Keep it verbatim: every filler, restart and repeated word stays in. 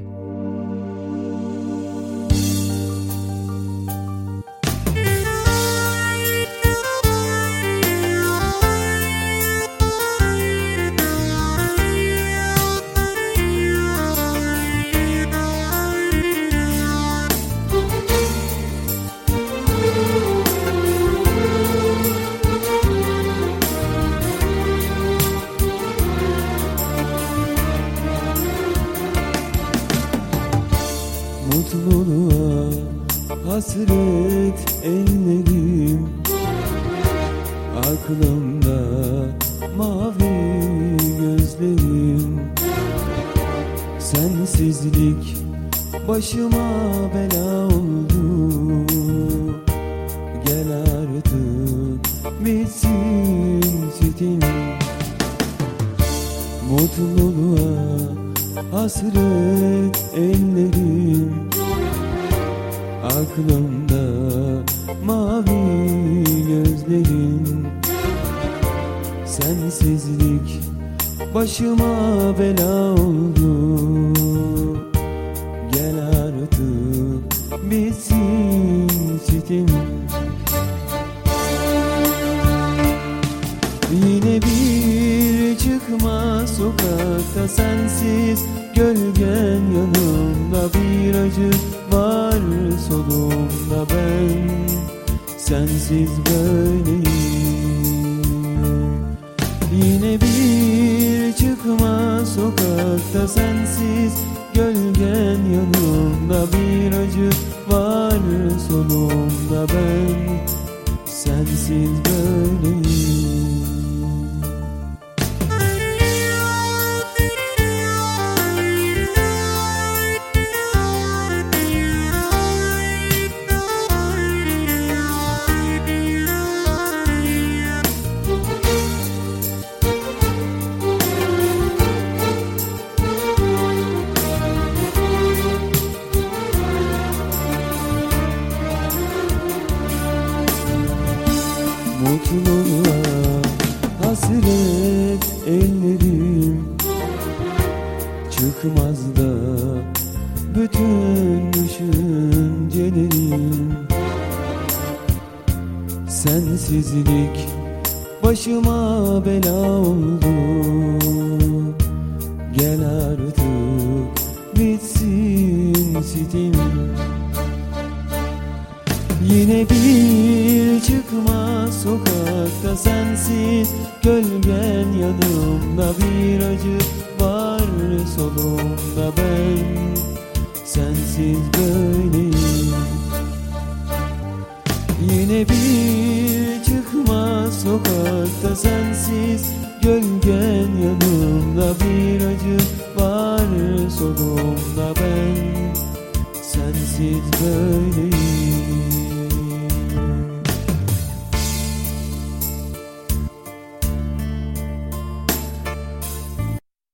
Mutluluğa hasret ellerim, aklımda mavi gözlerim. Sensizlik başıma bela oldu, gel artık bitsin sitem. Mutluluğa hasret ellerim, aklımda mavi gözlerin. Sensizlik başıma bela oldu, gel artık bitsin sitem. Yine bir çıkma sokakta, sensiz gölgen yanımda, bir acı var solumda. Ben sensiz böyleyim. Yine bir çıkma sokakta, sensiz gölgen yanımda, bir acı var solumda. Ben sensiz böyleyim. Mutluluğa hasret ellerim, çıkmaz da bütün düşüncelerim. Sensizlik başıma bela oldu, gel artık bitsin sitem. Yine bir çıkma sokakta, sensiz gölgen yanımda, bir acı var solumda. Ben sensiz böyleyim. Yine bir çıkma sokakta, sensiz gölgen yanımda, bir acı var solumda. Ben sensiz böyleyim.